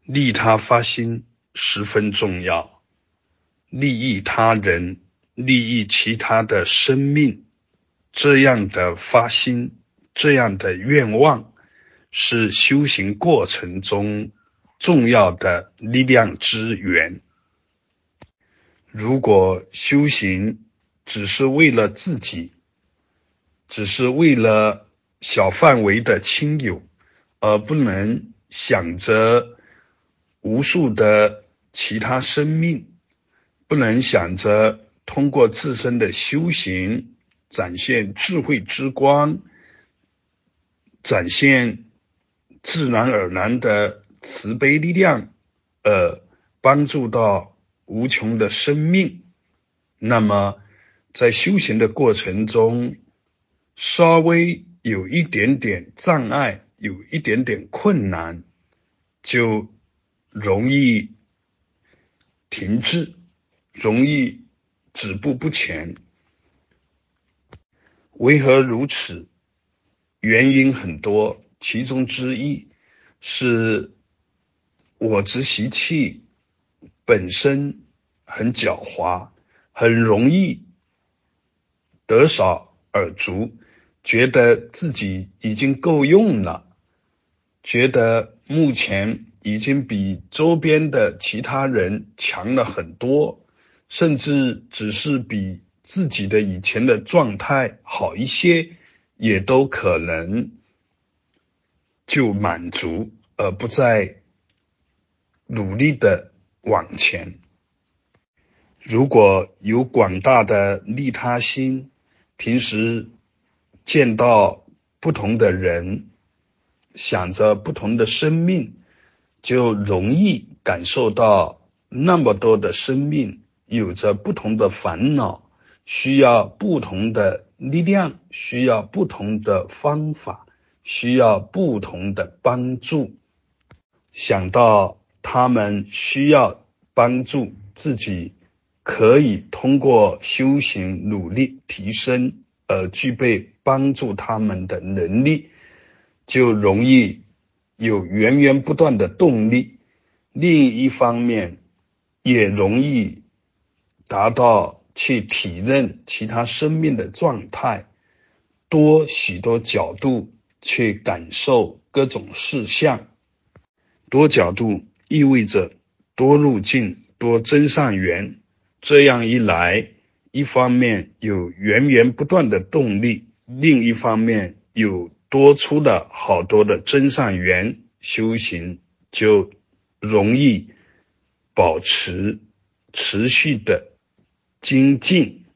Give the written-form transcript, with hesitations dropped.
利他发心十分重要，利益他人，利益其他的生命，这样的发心，这样的愿望，是修行过程中重要的力量之源。如果修行只是为了自己，只是为了小范围的亲友，而不能想着无数的其他生命，不能想着通过自身的修行展现智慧之光，展现自然而然的慈悲力量，帮助到无穷的生命，那么在修行的过程中，稍微有一点点障碍，有一点点困难，就容易停滞，容易止步不前。为何如此？原因很多，其中之一是我执习气本身很狡猾，很容易得少而足，觉得自己已经够用了，觉得目前已经比周边的其他人强了很多，甚至只是比自己的以前的状态好一些，也都可能就满足，而不再努力的往前。如果有广大的利他心，平时见到不同的人，想着不同的生命，就容易感受到那么多的生命有着不同的烦恼，需要不同的力量，需要不同的方法，需要不同的帮助。想到他们需要帮助，自己可以通过修行努力提升，而具备帮助他们的能力，就容易有源源不断的动力。另一方面，也容易达到去体认其他生命的状态，多许多角度去感受各种事项。多角度意味着多路径，多增上缘。这样一来，一方面有源源不断的动力，另一方面有多出了好多的增上缘，修行就容易保持持续的精进。